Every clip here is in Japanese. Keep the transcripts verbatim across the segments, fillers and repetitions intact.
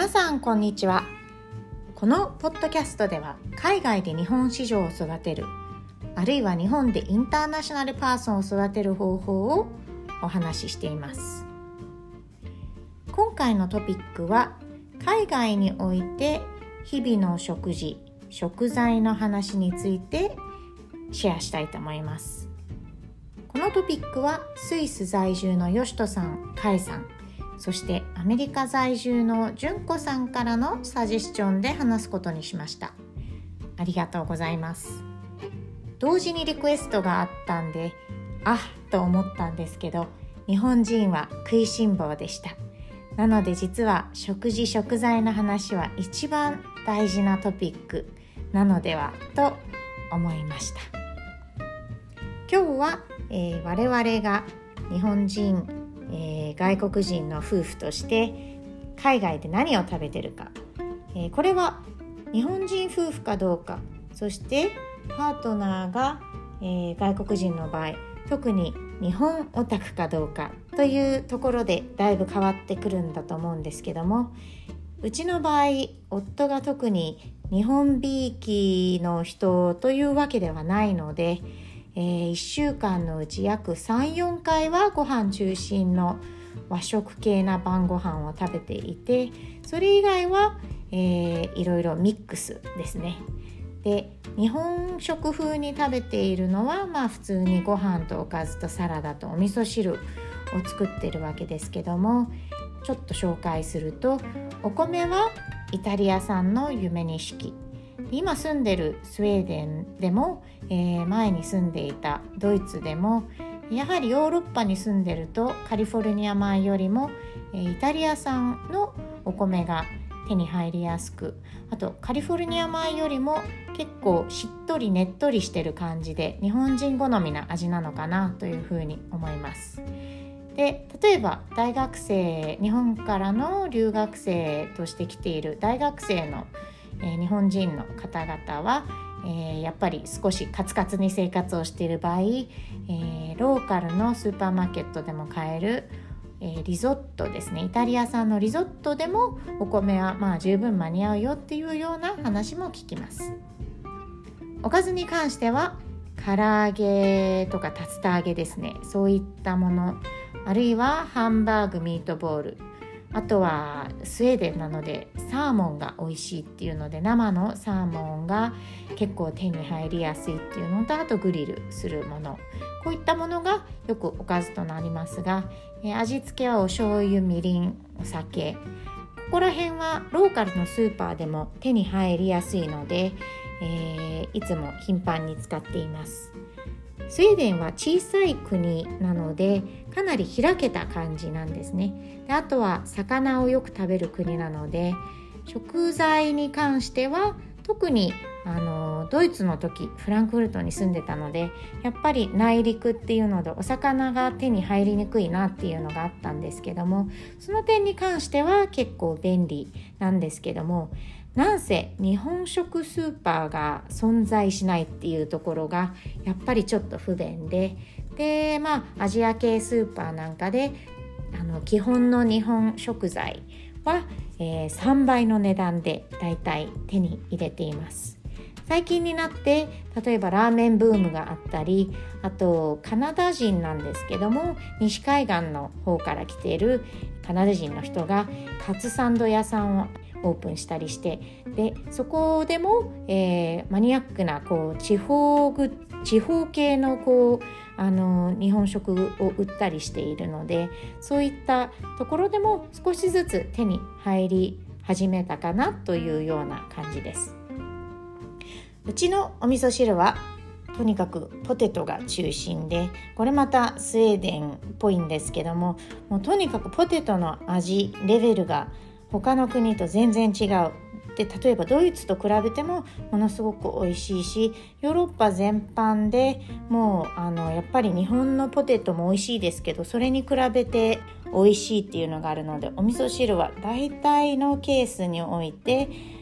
皆さんこんにちは。このポッドキャストでは海外で日本市場を育てる、あるいは日本でインターナショナルパーソンを育てる方法をお話ししています。今回のトピックは海外において日々の食事、食材の話についてシェアしたいと思います。このトピックはスイス在住のよしとさん、かいさん、そしてアメリカ在住のじゅんこさんからのサジェスチョンで話すことにしました。ありがとうございます。同時にリクエストがあったんで、あっと思ったんですけど、日本人は食いしん坊でした。なので実は食事食材の話は一番大事なトピックなのではと思いました。今日は、えー、我々が日本人、えー、外国人の夫婦として海外で何を食べてるか、えー、これは日本人夫婦かどうか、そしてパートナーが、えー、外国人の場合、特に日本オタクかどうかというところでだいぶ変わってくるんだと思うんですけども、うちの場合夫が特に日本びいきの人というわけではないので、えー、いっしゅうかんのうち約 さん,よん 回はご飯中心の和食系な晩ご飯を食べていて、それ以外は、えー、いろいろミックスですね。で、日本食風に食べているのは、まあ、普通にご飯とおかずとサラダとお味噌汁を作ってるわけですけども、ちょっと紹介すると、お米はイタリア産の夢錦、今住んでるスウェーデンでも、えー、前に住んでいたドイツでも、やはりヨーロッパに住んでるとカリフォルニア米よりも、えー、イタリア産のお米が手に入りやすく、あとカリフォルニア米よりも結構しっとりねっとりしてる感じで、日本人好みな味なのかなというふうに思います。で、例えば大学生、日本からの留学生として来ている大学生の、えー、日本人の方々は、えー、やっぱり少しカツカツに生活をしている場合、えー、ローカルのスーパーマーケットでも買える、えー、リゾットですね、イタリア産のリゾットでもお米はまあ十分間に合うよっていうような話も聞きます。おかずに関しては唐揚げとか竜田揚げですね、そういったもの、あるいはハンバーグ、ミートボール、あとはスウェーデンなのでサーモンが美味しいっていうので、生のサーモンが結構手に入りやすいっていうのと、あとグリルするもの、こういったものがよくおかずとなりますが、えー、味付けはお醤油、みりん、お酒、ここら辺はローカルのスーパーでも手に入りやすいので、えー、いつも頻繁に使っています。スウェーデンは小さい国なのでかなり開けた感じなんですね。で、あとは魚をよく食べる国なので、食材に関しては特にあのドイツの時フランクフルトに住んでたので、やっぱり内陸っていうのでお魚が手に入りにくいなっていうのがあったんですけども、その点に関しては結構便利なんですけども、なんせ日本食スーパーが存在しないっていうところがやっぱりちょっと不便で、で、まあアジア系スーパーなんかであの基本の日本食材は、えー、さんばいの値段でだいたい手に入れています。最近になって例えばラーメンブームがあったり、あとカナダ人なんですけども、西海岸の方から来ているカナダ人の人がカツサンド屋さんをオープンしたりして、でそこでも、えー、マニアックなこう地方ぐ地方系のこうあの日本食を売ったりしているので、そういったところでも少しずつ手に入り始めたかなというような感じです。うちのお味噌汁はとにかくポテトが中心で、これまたスウェーデンっぽいんですけども、もうとにかくポテトの味レベルが他の国と全然違う。で、例えばドイツと比べてもものすごく美味しいし、ヨーロッパ全般でもうあのやっぱり日本のポテトも美味しいですけど、それに比べて美味しいっていうのがあるので、お味噌汁は大体のケースにおいて、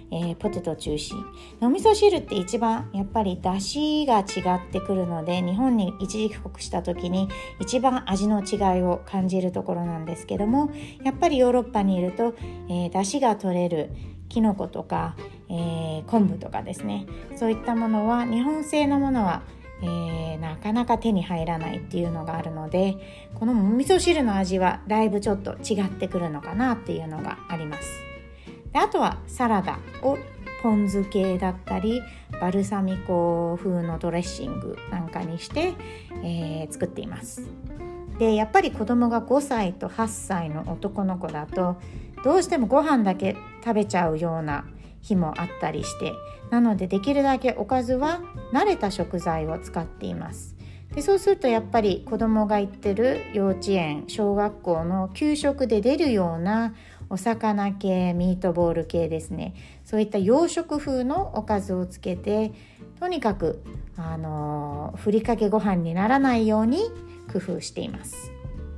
えー、ポテト中心。お味噌汁って一番やっぱり出汁が違ってくるので、日本に一時帰国した時に一番味の違いを感じるところなんですけども、やっぱりヨーロッパにいると、えー、出汁が取れるキノコとか、えー、昆布とかですね、そういったものは日本製のものはえー、なかなか手に入らないっていうのがあるので、この味噌汁の味はだいぶちょっと違ってくるのかなっていうのがあります。であとはサラダをポン酢系だったりバルサミコ風のドレッシングなんかにして、えー、作っています。でやっぱり子供がごさいとはっさいの男の子だとどうしてもご飯だけ食べちゃうような日もあったりして、なのでできるだけおかずは慣れた食材を使っています。でそうするとやっぱり子供が行ってる幼稚園小学校の給食で出るようなお魚系ミートボール系ですね、そういった洋食風のおかずをつけて、とにかくあのふりかけご飯にならないように工夫しています。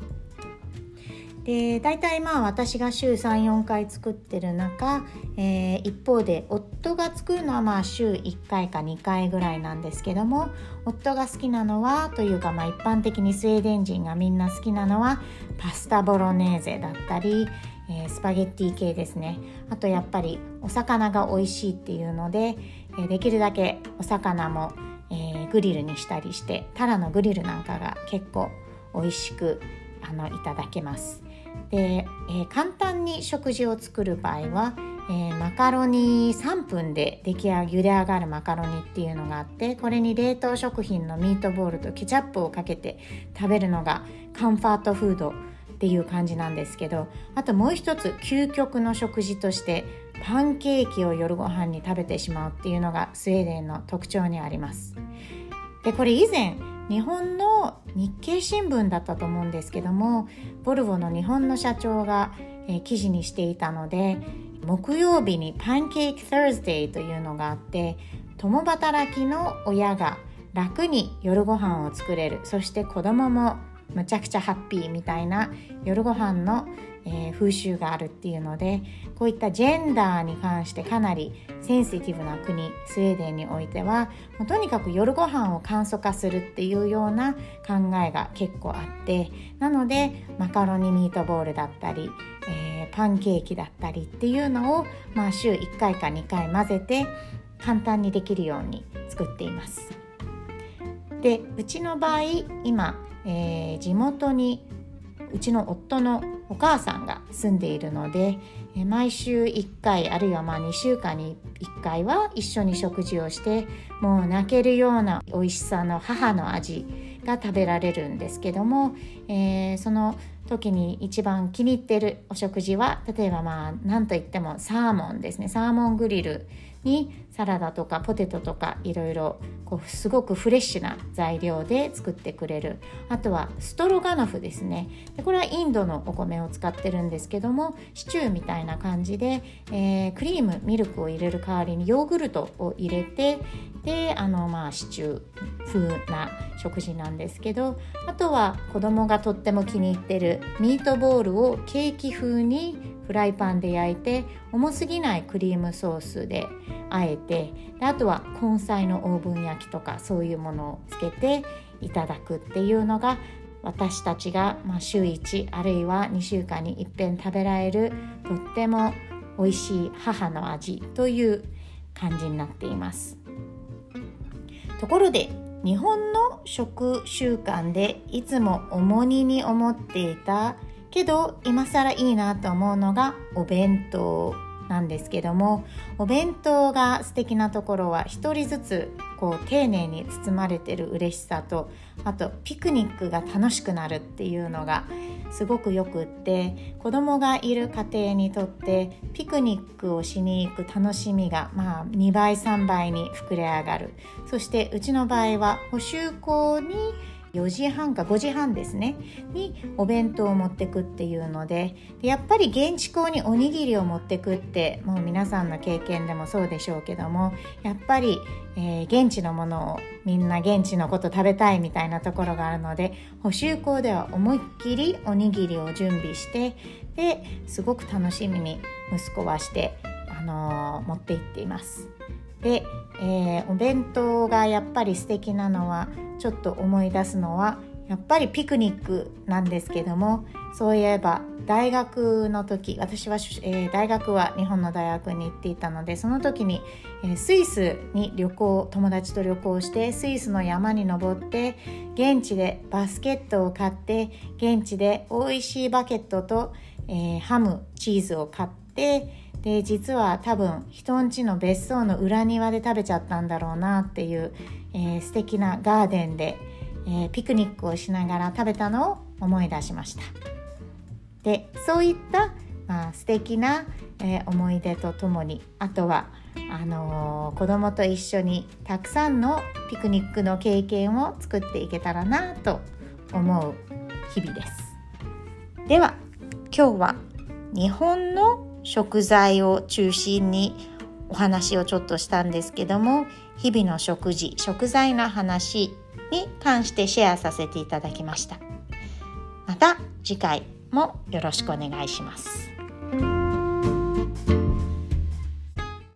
でだいたいまあ私が週さん、よんかい作ってる中、えー、一方で夫が作るのはまあ週いっかいかにかいぐらいなんですけども、夫が好きなのはというか、まあ一般的にスウェーデン人がみんな好きなのはパスタボロネーゼだったり、えー、スパゲッティ系ですね。あとやっぱりお魚が美味しいっていうので、えー、できるだけお魚も、えー、グリルにしたりして、タラのグリルなんかが結構美味しくあのいただけます。で、えー、簡単に食事を作る場合は、えー、マカロニさんぷんで出来上が茹で上がるマカロニっていうのがあって、これに冷凍食品のミートボールとケチャップをかけて食べるのがカンファートフードっていう感じなんですけど、あともう一つ究極の食事としてパンケーキを夜ご飯に食べてしまうっていうのがスウェーデンの特徴にあります。でこれ以前日本の日経新聞だったと思うんですけども、ボルボの日本の社長が、えー、記事にしていたので、木曜日にパンケーキ Thursday というのがあって、共働きの親が楽に夜ご飯を作れる、そして子供もむちゃくちゃハッピーみたいな夜ご飯の、えー、風習があるっていうので、こういったジェンダーに関してかなりセンシティブな国スウェーデンにおいては、もうとにかく夜ご飯を簡素化するっていうような考えが結構あって、なのでマカロニミートボールだったり、えー、パンケーキだったりっていうのを、まあ、週いっかいかにかい混ぜて簡単にできるように作っています。でうちの場合今、えー、地元にうちの夫のお母さんが住んでいるので、えー、毎週いっかいあるいはまあにしゅうかんにいっかいは一緒に食事をして、もう泣けるような美味しさの母の味が食べられるんですけども、えー、その時に一番気に入っているお食事は、例えばまあ何といってもサーモンですね。サーモングリルにサラダとかポテトとかいろいろこうすごくフレッシュな材料で作ってくれる。あとはストロガノフですね。でこれはインドのお米を使ってるんですけども、シチューみたいな感じで、えー、クリームミルクを入れる代わりにヨーグルトを入れて、であのまあシチュー風な食事なんですけど、あとは子供がとっても気に入ってるミートボールをケーキ風にフライパンで焼いて、重すぎないクリームソースであえて、であとは根菜のオーブン焼きとかそういうものをつけていただくっていうのが、私たちがまあ週いちあるいはにしゅうかんにいっぺん食べられるとっても美味しい母の味という感じになっています。ところで日本の食習慣でいつも重荷に思っていたけど今更いいなと思うのがお弁当なんですけども、お弁当が素敵なところは一人ずつこう丁寧に包まれてる嬉しさと、あとピクニックが楽しくなるっていうのがすごくよくって、子供がいる家庭にとってピクニックをしに行く楽しみがまあにばいさんばいに膨れ上がる。そしてうちの場合は補習校によじはんかごじはんですねにお弁当を持ってくっていうので、やっぱり現地校におにぎりを持ってくってもう皆さんの経験でもそうでしょうけども、やっぱり、えー、現地のものをみんな現地のこと食べたいみたいなところがあるので、補習校では思いっきりおにぎりを準備して、ですごく楽しみに息子はしてあのー、持って行っています。で、えー、お弁当がやっぱり素敵なのは、ちょっと思い出すのはやっぱりピクニックなんですけども、そういえば大学の時、私は、えー、大学は日本の大学に行っていたので、その時に、えー、スイスに旅行友達と旅行して、スイスの山に登って現地でバスケットを買って、現地で美味しいバケットと、えー、ハムチーズを買って、で実は多分人ん家の別荘の裏庭で食べちゃったんだろうなっていう、えー、素敵なガーデンで、えー、ピクニックをしながら食べたのを思い出しました。でそういった、まあ、素敵な、えー、思い出とともに、あとはあのー、子供と一緒にたくさんのピクニックの経験を作っていけたらなと思う日々です。では今日は日本の食材を中心にお話をちょっとしたんですけども、日々の食事、食材の話に関してシェアさせていただきました。また次回もよろしくお願いします。